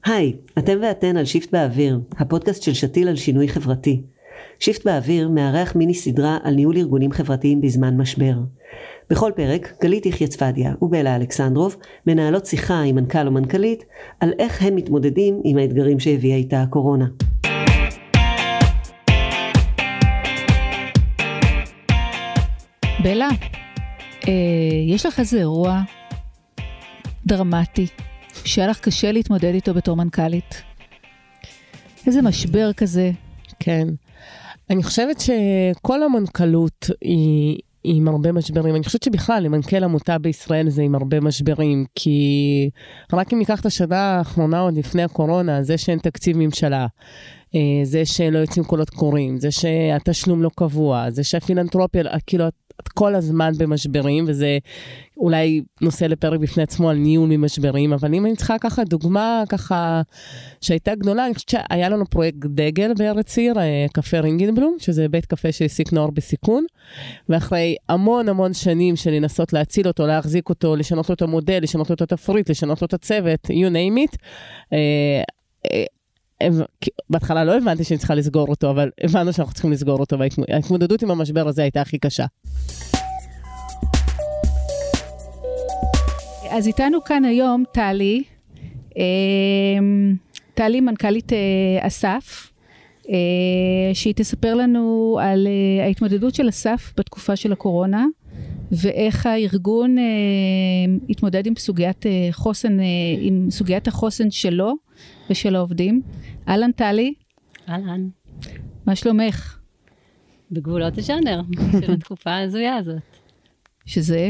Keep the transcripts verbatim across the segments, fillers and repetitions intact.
היי, אתם ואתן על שיפט באוויר, הפודקאסט של שתיל על שינוי חברתי. שיפט באוויר מארח מיני סדרה על ניהול ארגונים חברתיים בזמן משבר. בכל פרק, גלית יחיא צפדיה ובלה אלכסנדרוב מנהלות שיחה עם מנכ"ל או מנכ"לית על איך הם מתמודדים עם האתגרים שהביאה איתה הקורונה. בלה, אה, יש לך איזה אירוע דרמטי שהיה לך קשה להתמודד איתו בתור מנכ"לית? איזה משבר כזה? כן. אני חושבת שכל המנכ"לות היא, היא עם הרבה משברים. אני חושבת שבכלל, למנכ"ל עמותה בישראל זה עם הרבה משברים, כי רק אם ניקח את השנה האחרונה עוד לפני הקורונה, זה שאין תקציב ממשלה, זה שלא יוצאים קולות קוראים, זה שהתשלום לא קבוע, זה שהפילנתרופיה, כאילו, את כל הזמן במשברים, וזה אולי נושא לפרק בפני עצמו על ניהול ממשברים, אבל אם אני צריכה ככה דוגמה ככה שהייתה גדולה, אני חושבת שהיה לנו פרויקט דגל בארץ עיר, קפה רינגנבלום, שזה בית קפה שהעסיק נוער בסיכון, ואחרי המון המון שנים של לנסות להציל אותו, להחזיק אותו, לשנות לו את המודל, לשנות לו את התפריט, לשנות לו את הצוות, you name it, בהתחלה לא הבנתי שאני צריכה לסגור אותו, אבל הבנו שאנחנו צריכים לסגור אותו, וההתמודדות עם המשבר הזה הייתה הכי קשה. אז איתנו כאן היום טלי, טלי מנכ"לית אסף, שהיא תספר לנו על ההתמודדות של אסף בתקופה של הקורונה, ואיך הארגון התמודד עם סוגיית חוסן, עם סוגיית החוסן שלו ושל העובדים. אהלן טלי. אהלן. מה שלומך? בגבולות הז'אנר של התקופה הזויה הזאת. שזה?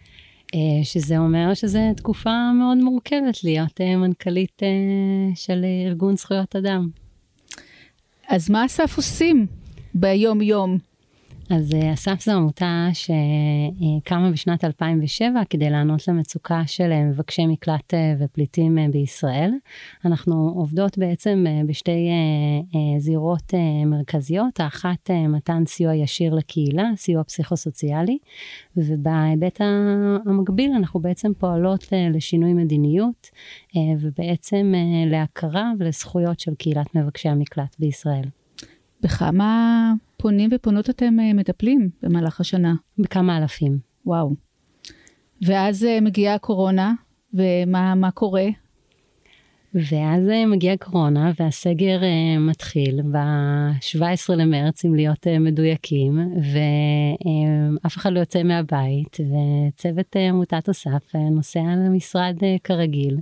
שזה אומר שזו תקופה מאוד מורכבת להיות מנכ"לית של ארגון זכויות אדם. אז מה אסף עושים ביום יום? אז אסף זו עמותה שקמה בשנת אלפיים ושבע כדי לענות למצוקה של מבקשי מקלט ופליטים בישראל. אנחנו עובדות בעצם בשתי זירות מרכזיות, האחת מתן סיוע ישיר לקהילה, סיוע פסיכוסוציאלי, ובהיבט המקביל אנחנו בעצם פועלות לשינוי מדיניות, ובעצם להכרה ולזכויות של קהילת מבקשי המקלט בישראל. בכמה פונים ופונות אתם מטפלים במהלך השנה? בכמה אלפים. וואו. ואז מגיעה הקורונה, ומה מה קורה? ואז מגיעה קורונה, והסגר מתחיל ב-שבעה עשר למרץ, אם להיות מדויקים, ואף אחד לא יוצא מהבית, וצוות עמותת אסף נוסע למשרד כרגיל,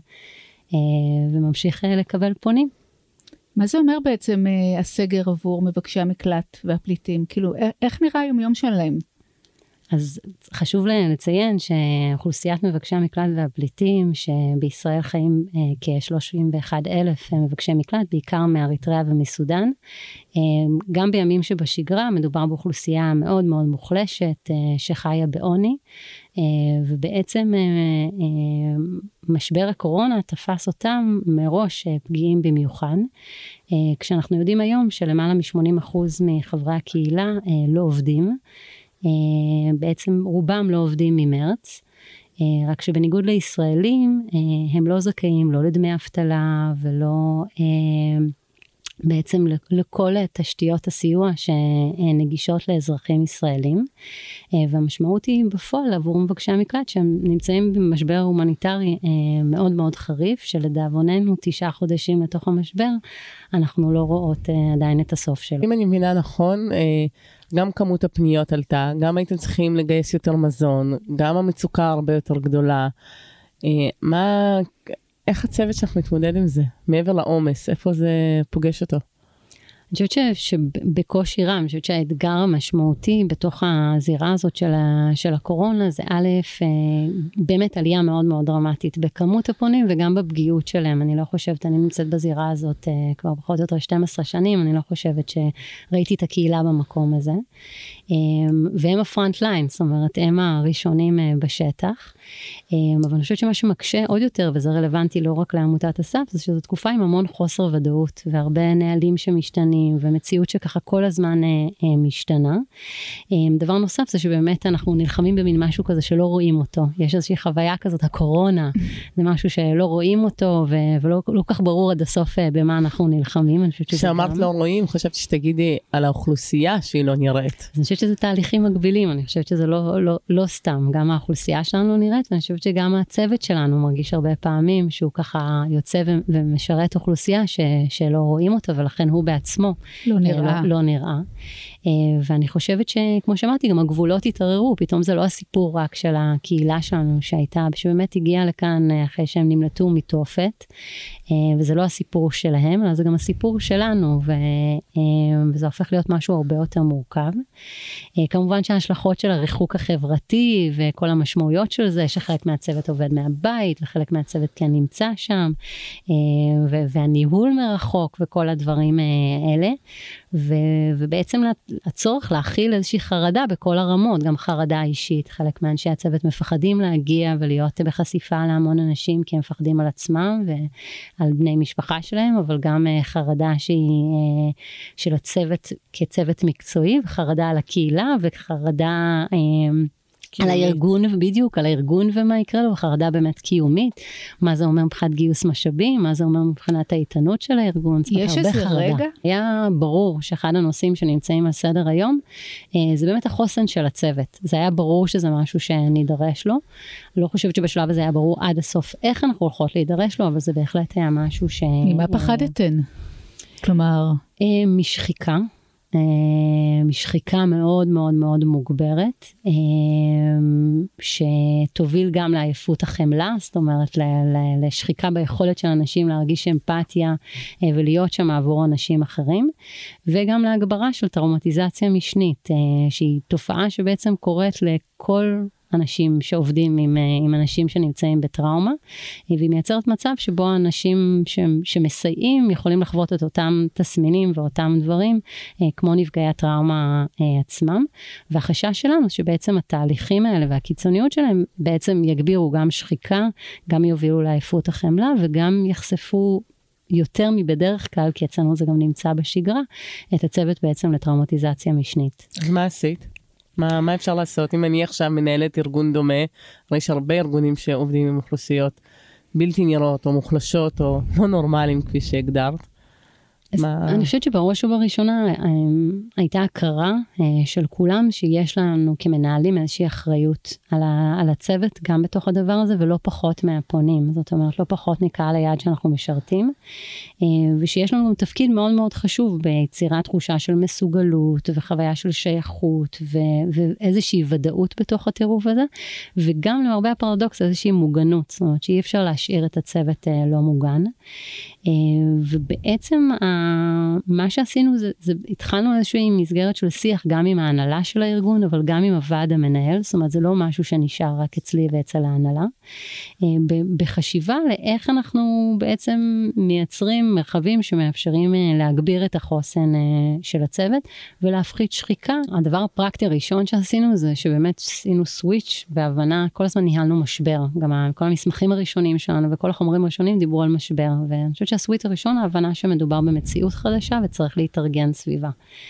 וממשיך לקבל פונים. מה זה אומר בעצם אה, הסגר עבור מבקשי המקלט והפליטים? כאילו, איך נראה היום יום שלהם? אז חשוב לציין שאוכלוסיית מבקשי המקלט והפליטים, שבישראל חיים אה, כ-שלושים ואחד אלף מבקשי מקלט, בעיקר מאריתריאה ומסודן, אה, גם בימים שבשגרה מדובר באוכלוסייה מאוד מאוד מוחלשת, אה, שחיה בעוני, אה, ובעצם אה, אה, משבר הקורונה תפס אותם מראש אה, פגיעים במיוחד, אה, כשאנחנו יודעים היום שלמעלה מ-שמונים אחוז מחברי הקהילה אה, לא עובדים, בעצם רובם לא עובדים ממרץ, רק שבניגוד לישראלים, הם לא זכאים לא לדמי אבטלה ולא בעצם לכל תשתיות הסיוע שנגישות לאזרחים ישראלים, והמשמעות היא בפועל עבור מבקשי המקלט שהם נמצאים במשבר הומניטרי מאוד מאוד חריף, שלדאבוננו תשעה חודשים לתוך המשבר, אנחנו לא רואות עדיין את הסוף שלו. אם אני מבינה נכון, גם כמות הפניות עלתה, גם הייתם צריכים לגייס יותר מזון, גם המצוקה הרבה יותר גדולה. מה, איך הצוות שלך מתמודד עם זה? מעבר לעומס, איפה זה פוגש אותו? אני חושבת שבקושי רם, אני חושבת שהאתגר המשמעותי בתוך הזירה הזאת של, ה, של הקורונה, זה א', באמת עלייה מאוד מאוד דרמטית בכמות הפונים וגם בפגיעות שלהם. אני לא חושבת, אני נמצאת בזירה הזאת כבר פחות או יותר שתים עשרה שנים, אני לא חושבת שראיתי את הקהילה במקום הזה. והם הפרונט ליין, זאת אומרת, הם הראשונים בשטח. אבל אני חושבת שמה שמקשה עוד יותר, וזה רלוונטי לא רק לעמותת אסף, זה שזו תקופה עם המון חוסר ודאות, והרבה נהלים שמשתנים, חדשים, ומציאות שככה כל הזמן משתנה. דבר נוסף זה שבאמת אנחנו נלחמים במין משהו כזה שלא רואים אותו. יש איזושהי חוויה כזאת, הקורונה, זה משהו שלא רואים אותו, ולא לא כך ברור עד הסוף במה אנחנו נלחמים. כשאמרת לא רואים, חשבתי שתגידי על האוכלוסייה שהיא לא נראית. אני חושבת שזה תהליכים מקבילים, אני חושבת שזה לא, לא, לא סתם, גם האוכלוסייה שלנו לא נראית, ואני חושבת שגם הצוות שלנו מרגיש הרבה פעמים, שהוא ככה יוצא ו- ומשרת אוכלוסייה ש- שלא רואים אותו, ולכן הוא בעצמו לא נראה. לא, לא נראה. ואני חושבת שכמו שאמרתי, גם הגבולות התערערו, פתאום זה לא הסיפור רק של הקהילה שלנו שהייתה, שבאמת הגיעה לכאן אחרי שהם נמלטו מתופת, וזה לא הסיפור שלהם, אלא זה גם הסיפור שלנו, וזה הופך להיות משהו הרבה יותר מורכב. כמובן שההשלכות של הריחוק החברתי, וכל המשמעויות של זה, שחלק מהצוות עובד מהבית, וחלק מהצוות כן נמצא שם, והניהול מרחוק, וכל הדברים האלה, ובעצם הצורך להכיל איזושהי חרדה בכל הרמות, גם חרדה אישית, חלק מאנשי הצוות מפחדים להגיע ולהיות בחשיפה להמון אנשים, כי הם מפחדים על עצמם ועל בני משפחה שלהם, אבל גם חרדה שהיא של הצוות כצוות מקצועי, וחרדה על הקהילה, וחרדה על הארגון, בדיוק, על הארגון ומה יקרה לו, וחרדה באמת קיומית, מה זה אומר מבחינת גיוס משאבים, מה זה אומר מבחינת האיתנות של הארגון, יש איזה רגע? היה ברור שאחד הנושאים שנמצאים על סדר היום, זה באמת החוסן של הצוות, זה היה ברור שזה משהו שנידרש לו, לא חושבת שבשלב הזה היה ברור עד הסוף איך אנחנו הולכות להידרש לו, אבל זה בהחלט היה משהו ש... ממה פחדתן? כלומר... משחיקה. משחיקה מאוד מאוד מאוד מוגברת, שתוביל גם לעייפות החמלה, זאת אומרת לשחיקה ביכולת של אנשים להרגיש אמפתיה ולהיות שם עבור אנשים אחרים, וגם להגברה של טראומטיזציה משנית, שהיא תופעה שבעצם קורית לכל אנשים שעובדים עם, עם אנשים שנמצאים בטראומה, והיא מייצרת מצב שבו אנשים ש, שמסייעים יכולים לחוות את אותם תסמינים ואותם דברים, כמו נפגעי הטראומה עצמם, והחשש שלנו שבעצם התהליכים האלה והקיצוניות שלהם בעצם יגבירו גם שחיקה, גם יובילו לעייפות החמלה, וגם יחשפו יותר מבדרך כלל, כי אצלנו זה גם נמצא בשגרה, את הצוות בעצם לטראומטיזציה משנית. אז מה עשית? מה, מה אפשר לעשות? אם אני עכשיו מנהלת ארגון דומה, הרי יש הרבה ארגונים שעובדים עם אוכלוסיות בלתי נראות או מוחלשות או לא נורמליים כפי שהגדרת. מה... אני חושבת שבראש ובראשונה הייתה הכרה של כולם שיש לנו כמנהלים איזושהי אחריות על, ה, על הצוות גם בתוך הדבר הזה ולא פחות מהפונים. זאת אומרת לא פחות מקהל היעד שאנחנו משרתים. ושיש לנו גם תפקיד מאוד מאוד חשוב ביצירת תחושה של מסוגלות וחוויה של שייכות ו, ואיזושהי ודאות בתוך הטירוף הזה. וגם למרבה הפרדוקס איזושהי מוגנות. זאת אומרת שאי אפשר להשאיר את הצוות לא מוגן. ובעצם מה שעשינו זה, זה התחלנו איזושהי מסגרת של שיח גם עם ההנהלה של הארגון, אבל גם עם הוועד המנהל, זאת אומרת זה לא משהו שנשאר רק אצלי ואצל ההנהלה, בחשיבה לאיך אנחנו בעצם מייצרים מרחבים שמאפשרים להגביר את החוסן של הצוות, ולהפחית שחיקה. הדבר הפרקטי הראשון שעשינו זה שבאמת עשינו סוויץ' בהבנה, כל הזמן ניהלנו משבר, גם כל המסמכים הראשונים שלנו וכל החומרים הראשונים דיברו על משבר, ואני חושבת שהסוויץ' הראשון ההבנה שמדובר במציאות חדשה וצריך להתארגן סביבה.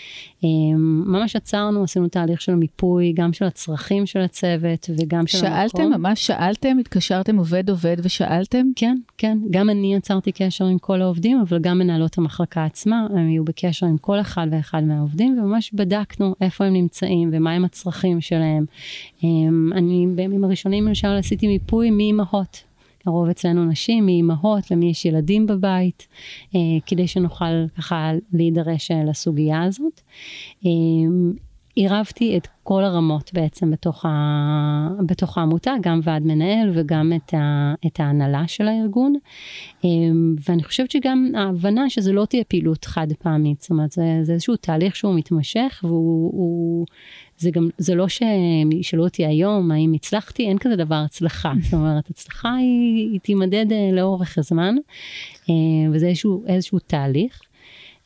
ממש עצרנו, עשינו תהליך של מיפוי, גם של הצרכים של הצוות וגם של המקום. שאלתם, ממש שאלתם, התקשרתם עובד עובד ושאלתם? כן, כן. גם אני יצרתי קשר עם כל העובדים, אבל גם מנהלות המחלקה עצמה, הם היו בקשר עם כל אחד ואחד מהעובדים, וממש בדקנו איפה הם נמצאים ומה הם הצרכים שלהם. אני בימים הראשונים למשל עשיתי מיפוי מאימהות. הרוב אצלנו נשים, מאימהות, למי יש ילדים בבית, אה, כדי שנוכל ככה להידרש לסוגיה הזאת. אה, עירבתי את כל הרמות בעצם בתוך, ה, בתוך העמותה, גם ועד מנהל וגם את, ה, את ההנהלה של הארגון. אה, ואני חושבת שגם ההבנה שזה לא תהיה פעילות חד פעמית, זאת אומרת, זה, זה איזשהו תהליך שהוא מתמשך, והוא... הוא, זה גם, זה לא שישאלו אותי היום, האם הצלחתי, אין כזה דבר הצלחה. זאת אומרת, הצלחה היא, היא תימדד לאורך הזמן, וזה איזשהו, איזשהו תהליך.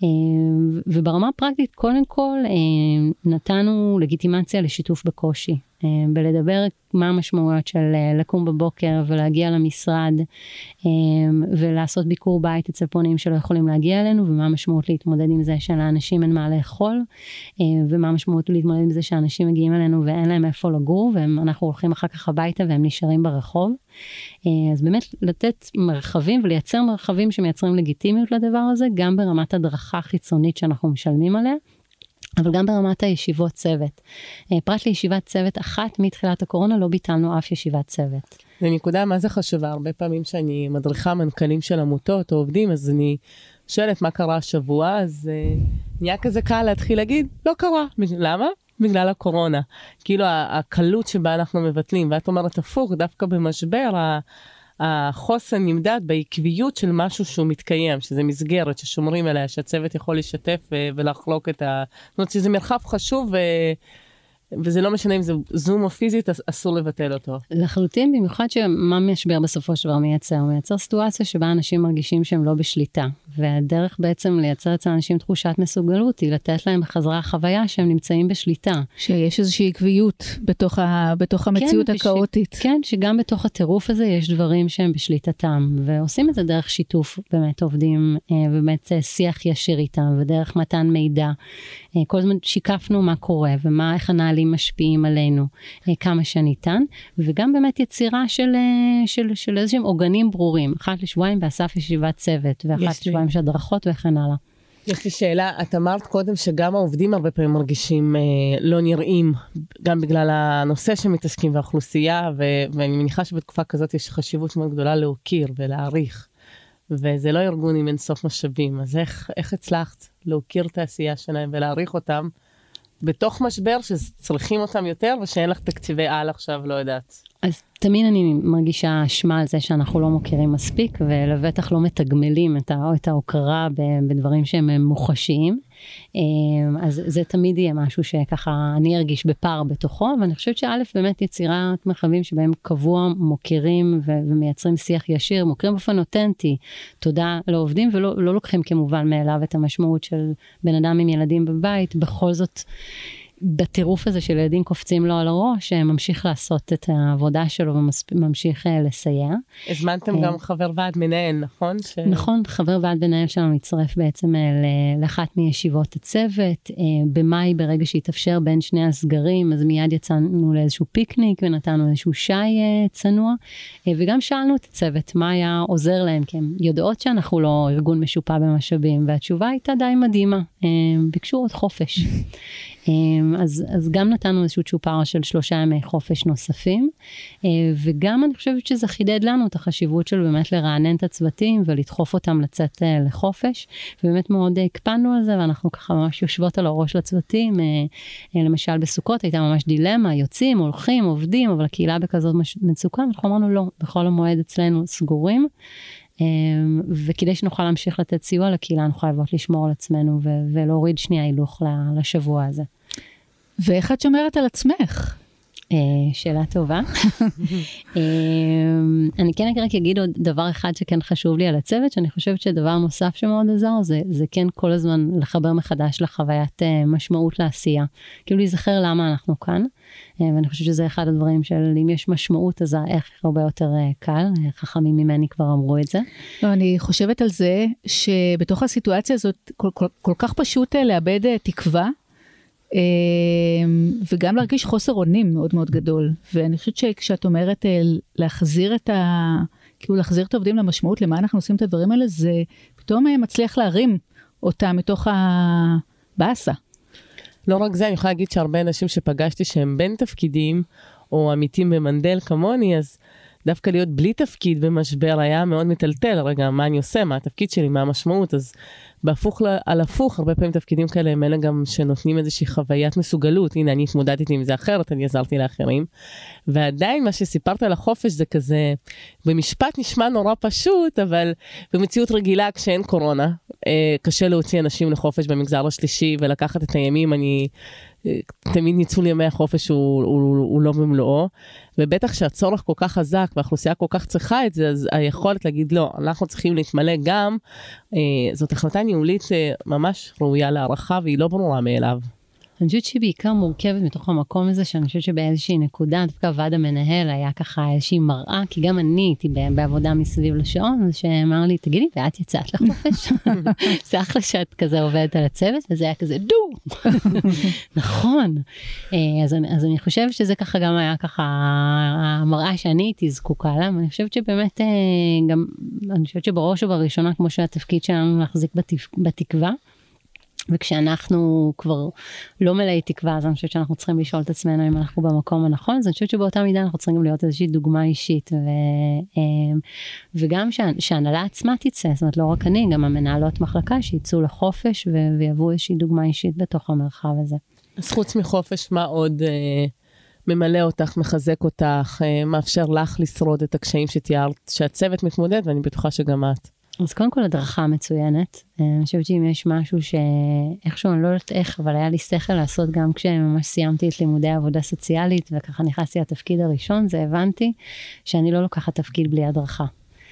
וברמה הפרקטית, קודם כל, נתנו לגיטימציה לשיתוף בקושי. בלדבר מה המשמעויות של לקום בבוקר ולהגיע למשרד, ולעשות ביקור בית אצל פונים שלא יכולים להגיע אלינו, ומה המשמעות להתמודד עם זה שלאנשים אין מה לאכול, ומה המשמעות להתמודד עם זה שאנשים מגיעים אלינו ואין להם איפה לגור, ואנחנו הולכים אחר כך הביתה והם נשארים ברחוב. אז באמת לתת מרחבים ולייצר מרחבים שמייצרים לגיטימיות לדבר הזה, גם ברמת הדרכה חיצונית שאנחנו משלמים עליה, אבל גם ברמת הישיבות צוות. פרט לישיבת צוות אחת מתחילת הקורונה לא ביטלנו אף ישיבת צוות. זה נקודה מה זה חשובה, הרבה פעמים שאני מדריכה מנכ"לים של עמותות או עובדים, אז אני שואלת מה קרה השבוע, אז uh, נהיה כזה קל להתחיל להגיד, לא קרה. למה? בגלל הקורונה. כאילו הקלות שבה אנחנו מבטלים, ואת אומרת הפוך, דווקא במשבר, החוסן נמדד בעקביות של משהו שהוא מתקיים, שזה מסגרת ששומרים עליה, שהצוות יכול לשתף ו- ולחלוק את ה... זאת אומרת שזה מרחב חשוב ו... וזה לא משנה אם זה זום או פיזית, אסור לבטל אותו. לחלוטין, במיוחד שמה משבר בסופו של דבר מייצר? הוא מייצר סיטואציה שבה אנשים מרגישים שהם לא בשליטה, והדרך בעצם לייצר אצל אנשים תחושת מסוגלות, היא לתת להם בחזרה חוויה שהם נמצאים בשליטה. שיש איזושהי עקביות בתוך, ה, בתוך המציאות כן, הכאוטית. ש... כן, שגם בתוך הטירוף הזה יש דברים שהם בשליטתם, ועושים את זה דרך שיתוף באמת עובדים, ובאמת שיח ישיר איתם, ודרך מתן מידע. כל הזמן שיקפנו מה קורה, ומה, איך הנהלים משפיעים עלינו, כמה שניתן, וגם באמת יצירה של, של, של איזשהם עוגנים ברורים, אחת לשבועיים באסף ישיבת צוות, ואחת לשבועיים של הדרכות וכן הלאה. יש לי שאלה, את אמרת קודם שגם העובדים הרבה פעמים מרגישים אה, לא נראים, גם בגלל הנושא שמתעסקים והאוכלוסייה, ו- ואני מניחה שבתקופה כזאת יש חשיבות מאוד גדולה להוקיר ולהעריך, וזה לא ארגון עם אין סוף משאבים, אז איך, איך הצלחת להוקיר את העשייה שלהם ולהעריך אותם, בתוך משבר שצריכים אותם יותר, ושאין לך תקציבי על עכשיו, לא יודעת. אז תמיד אני מרגישה אשמה על זה שאנחנו לא מוכירים מספיק, ולבטח לא מתגמלים את ההוקרה בדברים שהם מוחשיים. אז זה תמיד יהיה משהו שככה אני ארגיש בפער בתוכו, ואני חושבת שא' באמת יצירת מרחבים שבהם קבוע מוכירים ומייצרים שיח ישיר, מוכירים באופן אותנטי, תודה לעובדים, ולא לא לוקחים כמובן מאליו את המשמעות של בן אדם עם ילדים בבית, בכל זאת בטירוף הזה של ילדים קופצים לו על הראש, ממשיך לעשות את העבודה שלו וממשיך לסייע. הזמנתם גם חבר ועד מנהל, נכון? נכון, חבר ועד מנהל שלנו מצטרף בעצם לאחת מישיבות הצוות, במאי ברגע שהתאפשר בין שני הסגרים, אז מיד יצאנו לאיזשהו פיקניק ונתנו איזשהו שי צנוע, וגם שאלנו את הצוות מה היה עוזר להם, כי הם יודעות שאנחנו לא ארגון משופע במשאבים, והתשובה הייתה די מדהימה, ביקשו עוד חופש. אז, אז גם נתנו איזשהו צ'ופר של שלושה ימי חופש נוספים, וגם אני חושבת שזה חידד לנו את החשיבות של באמת לרענן את הצוותים ולדחוף אותם לצאת לחופש, ובאמת מאוד הקפנו על זה, ואנחנו ככה ממש יושבות על הראש לצוותים, למשל בסוכות הייתה ממש דילמה, יוצאים, הולכים, עובדים, אבל הקהילה בכזאת מצוקה, אנחנו אמרנו לא, בכל המועד אצלנו סגורים, וכדי שנוכל להמשיך לתת סיוע לקהילה, אנחנו חייבות לשמור על עצמנו ולהוריד שנייה הילוך לשבוע הזה. ואיך את שומרת על עצמך? שאלה טובה. אני כן רק אגיד עוד דבר אחד שכן חשוב לי על הצוות, שאני חושבת שדבר נוסף שמאוד עזר, זה, זה כן כל הזמן לחבר מחדש לחוויית משמעות לעשייה. כאילו להיזכר למה אנחנו כאן, ואני חושבת שזה אחד הדברים של אם יש משמעות, אז איך הרבה יותר קל, חכמים ממני כבר אמרו את זה. לא, אני חושבת על זה שבתוך הסיטואציה הזאת כל, כל, כל כך פשוט לאבד תקווה, וגם להרגיש חוסר אונים מאוד מאוד גדול, ואני חושבת שכשאת אומרת להחזיר את ה... כאילו להחזיר את העובדים למשמעות, למה אנחנו עושים את הדברים האלה, זה פתאום מצליח להרים אותה מתוך הבאסה. לא רק זה, אני יכולה להגיד שהרבה אנשים שפגשתי שהם בין תפקידים, או עמיתים במנדל כמוני, אז דווקא להיות בלי תפקיד במשבר היה מאוד מטלטל, רגע, מה אני עושה, מה התפקיד שלי, מה המשמעות, אז בהפוך על הפוך, הרבה פעמים תפקידים כאלה הם אלה גם שנותנים איזושהי חוויית מסוגלות, הנה אני התמודדתי עם זה אחרת, אני עזרתי לאחרים, ועדיין מה שסיפרת על החופש זה כזה, במשפט נשמע נורא פשוט, אבל במציאות רגילה כשאין קורונה, קשה להוציא אנשים לחופש במגזר השלישי, ולקחת את הימים, אני... תמיד ניצול ימי החופש הוא, הוא, הוא לא במלואו, ובטח שהצורך כל כך חזק, והאוכלוסייה כל כך צריכה את זה, אז היכולת להגיד לא, אנחנו צריכים להתמלא גם, אה, זאת החלטה ניהולית אה, ממש ראויה להערכה, והיא לא ברורה מאליו. אני חושבת שהיא בעיקר מורכבת מתוך המקום הזה, שאני חושבת שבאיזושהי נקודה, דווקא ועד המנהל היה ככה איזושהי מראה, כי גם אני הייתי בעבודה מסביב לשעון, אז שאמר לי, תגידי, ואת יצאת לחופש? זה אחלה שאת כזה עובדת על הצוות, וזה היה כזה, דו! נכון. אז אני, אז אני חושבת שזה ככה גם היה ככה, המראה שאני הייתי זקוקה לה, ואני חושבת שבאמת, גם, אני חושבת שבראש ובראשונה, כמו שהתפקיד שלנו להחזיק בתקווה, וכשאנחנו כבר לא מלאי תקווה, אז אני חושבת שאנחנו צריכים לשאול את עצמנו אם אנחנו במקום הנכון, אז אני חושבת שבאותה מידה אנחנו צריכים גם להיות איזושהי דוגמה אישית, ו, וגם שההנהלה עצמה תצא, זאת אומרת לא רק אני, גם המנהלות מחלקה שיצאו לחופש, ויבואו איזושהי דוגמה אישית בתוך המרחב הזה. אז חוץ מחופש, מה עוד אה, ממלא אותך, מחזק אותך, אה, מאפשר לך לשרוד את הקשיים שתיארת, שהצוות מתמודד, ואני בטוחה שגם את. אז קודם כל הדרכה מצוינת, אני חושבת שאם יש משהו שאיכשהו אני לא יודעת איך, אבל היה לי שכל לעשות גם כשממש סיימתי את לימודי העבודה סוציאלית, וככה נכנסתי לתפקיד הראשון, זה הבנתי שאני לא לוקחת תפקיד בלי הדרכה.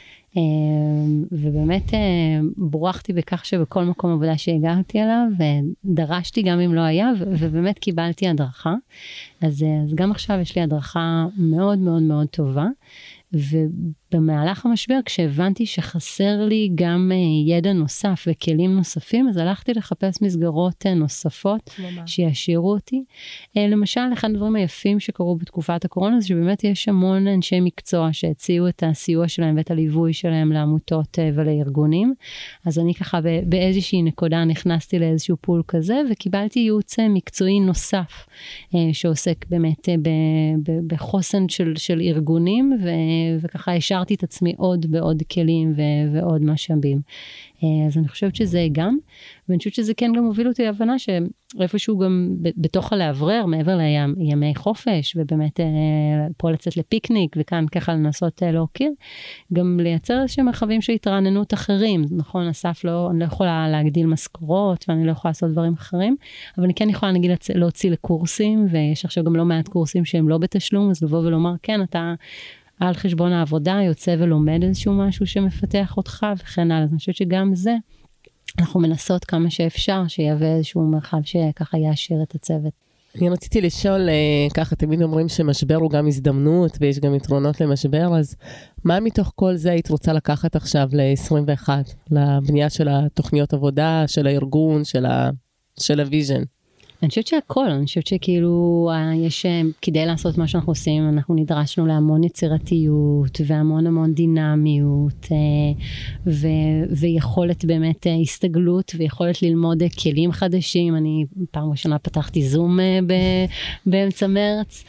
ובאמת בורחתי בכך שבכל מקום עבודה שהגעתי אליו, ודרשתי גם אם לא היה, ובאמת קיבלתי הדרכה. אז, אז גם עכשיו יש לי הדרכה מאוד מאוד מאוד טובה, ובמהלך המשבר, כשהבנתי שחסר לי גם ידע נוסף וכלים נוספים, אז הלכתי לחפש מסגרות נוספות שישאירו אותי. למשל, אחד הדברים היפים שקרו בתקופת הקורונה, זה שבאמת יש המון אנשי מקצוע שהציעו את הסיוע שלהם ואת הליווי שלהם לעמותות ולארגונים. אז אני ככה באיזושהי נקודה נכנסתי לאיזשהו פול כזה, וקיבלתי ייעוץ מקצועי נוסף, שעוסק באמת בחוסן של, של ארגונים, ו, וככה השארתי את עצמי עוד בעוד כלים ו- ועוד משאבים. אז אני חושבת שזה גם, ואני חושבת שזה כן גם הוביל אותי להבנה שאיפשהו גם בתוך הלעברר, מעבר לימי חופש, ובאמת פה לצאת לפיקניק, וכאן ככה לנסות להוקיר, גם לייצר איזשהם מרחבים של התרעננות אחרים. נכון, אסף לא, אני לא יכולה להגדיל משכורות, ואני לא יכולה לעשות דברים אחרים, אבל אני כן יכולה נגיד להוציא לקורסים, ויש עכשיו גם לא מעט קורסים שהם לא בתשלום, אז לבוא ולומר, כן, אתה על חשבון העבודה, יוצא ולומד איזשהו משהו שמפתח אותך, וכן הלאה. אז אני חושבת שגם זה, אנחנו מנסות כמה שאפשר, שיהווה איזשהו מרחב שככה יאשר את הצוות. אני רציתי לשאול, ככה תמיד אומרים שמשבר הוא גם הזדמנות, ויש גם יתרונות למשבר, אז מה מתוך כל זה היית רוצה לקחת עכשיו ל-עשרים ואחת, לבנייה של התוכניות עבודה, של הארגון, של ה- של הוויז'ן? אני חושבת שהכל, אני חושבת שכאילו יש, כדי לעשות מה שאנחנו עושים, אנחנו נדרשנו להמון יצירתיות, והמון המון דינמיות, ו, ויכולת באמת הסתגלות, ויכולת ללמוד כלים חדשים. אני פעם ראשונה פתחתי זום ב, באמצע מרץ,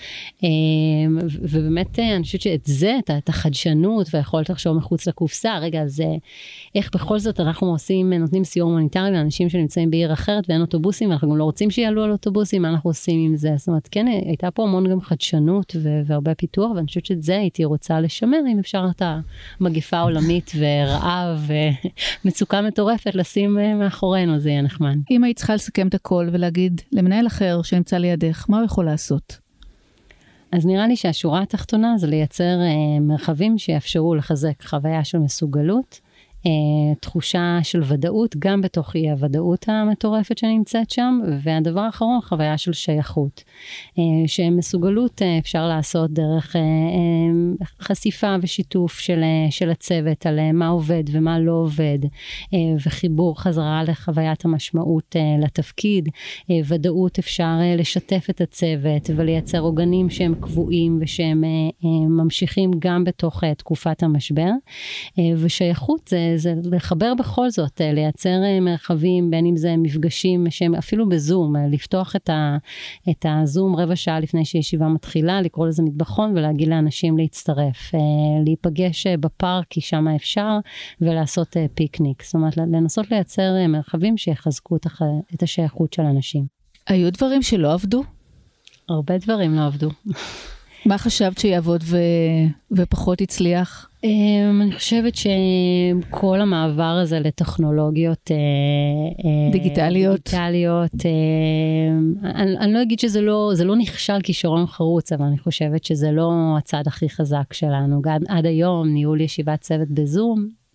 ובאמת אני חושבת שאת זה, את החדשנות, והיכולת לחשוב מחוץ לקופסה, רגע, זה איך בכל זאת אנחנו עושים, נותנים סיור הומניטרי לאנשים שנמצאים בעיר אחרת, ואין אוטובוסים, ואנחנו גם לא רוצים שיעלו על אוטובוסים, מה אנחנו עושים עם זה? זאת אומרת, כן, הייתה פה המון גם חדשנות והרבה פיתוח, ואני חושבת שאת זה הייתי רוצה לשמר, אם אפשר את המגיפה העולמית ורעב ומצוקה מטורפת לשים מאחורינו, זה יהיה נחמד. אם היית צריכה לסכם את הכל ולהגיד למנהל אחר שנמצא לידך, מה הוא יכול לעשות? אז נראה לי שהשורה התחתונה זה לייצר מרחבים שיאפשרו לחזק חוויה של מסוגלות, תחושה של ודאות, גם בתוך אי הוודאות המטורפת שנמצאת שם, והדבר האחרון, חוויה של שייכות. שמסוגלות אפשר לעשות דרך חשיפה ושיתוף של, של הצוות, על מה עובד ומה לא עובד, וחיבור חזרה לחוויית המשמעות לתפקיד. ודאות אפשר לשתף את הצוות, ולייצר עוגנים שהם קבועים, ושהם ממשיכים גם בתוך תקופת המשבר. ושייכות זה זה לחבר בכל זאת, לייצר מרחבים, בין אם זה מפגשים שהם אפילו בזום, לפתוח את, ה, את הזום רבע שעה לפני שישיבה מתחילה, לקרוא לזה מטבחון ולהגיד לאנשים להצטרף, להיפגש בפארק כי שם אפשר, ולעשות פיקניק. זאת אומרת, לנסות לייצר מרחבים שיחזקו את השייכות של אנשים. היו דברים שלא עבדו? הרבה דברים לא עבדו. מה חשבת שיעבוד ו... ופחות הצליח? אני חושבת שכל המעבר הזה לטכנולוגיות דיגיטליות, דיגיטליות אני, אני לא אגיד שזה לא, זה לא נכשל כישרון חרוץ, אבל אני חושבת שזה לא הצד הכי חזק שלנו. עד, עד היום ניהול ישיבת צוות בזום,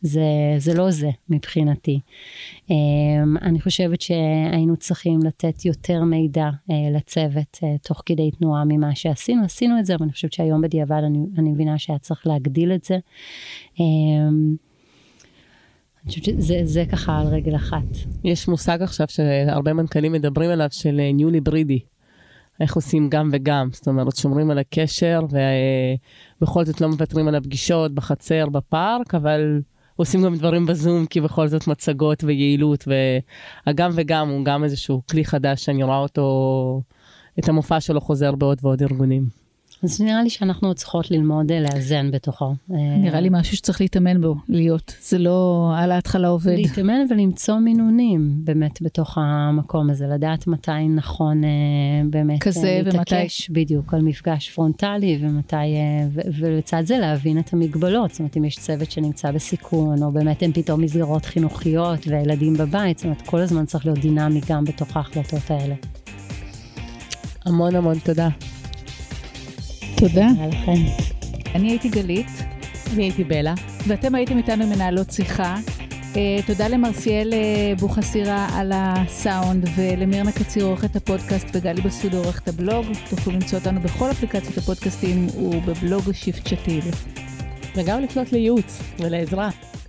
זה, זה לא זה מבחינתי. אני חושבת שהיינו צריכים לתת יותר מידע לצוות תוך כדי תנועה ממה שעשינו. עשינו את זה, אבל אני חושבת שהיום בדיעבד אני, אני מבינה שהיה צריך להגדיל את זה. אני חושבת שזה זה ככה על רגל אחת. יש מושג עכשיו שהרבה מנכ"לים מדברים עליו של ניהול היברידי. איך עושים גם וגם, זאת אומרת, שומרים על הקשר, ובכל זאת לא מוותרים על הפגישות בחצר, בפארק, אבל עושים גם דברים בזום, כי בכל זאת מצגות ויעילות, והגם וגם הוא גם איזשהו כלי חדש, שאני רואה אותו, את המופע שלו חוזר בעוד ועוד ארגונים. אז נראה לי שאנחנו צריכות ללמוד לאזן בתוכו. נראה לי משהו שצריך להתאמן בו, להיות. זה לא על ההתחלה עובד. להתאמן ולמצוא מינונים באמת בתוך המקום הזה, לדעת מתי נכון באמת כזה להתעקש בדיוק על מפגש פרונטלי, ומתי, ולצד זה להבין את המגבלות. זאת אומרת, אם יש צוות שנמצא בסיכון, או באמת אין פתאום מסגרות חינוכיות וילדים בבית, זאת אומרת, כל הזמן צריך להיות דינמי גם בתוך ההחלטות האלה. המון המון תודה. תודה. תודה לכם. אני הייתי גלית. אני הייתי בלה. ואתם הייתם איתנו מנהלות שיחה. Uh, תודה למרסיאל uh, בוחסירה על הסאונד, ולמירנה קציר עורכת הפודקאסט, וגלי בסודו עורכת הבלוג. תוכלו למצוא אותנו בכל אפליקציות הפודקאסטים ובבלוג שיפט שתיל. וגם לפנות לייעוץ ולעזרה.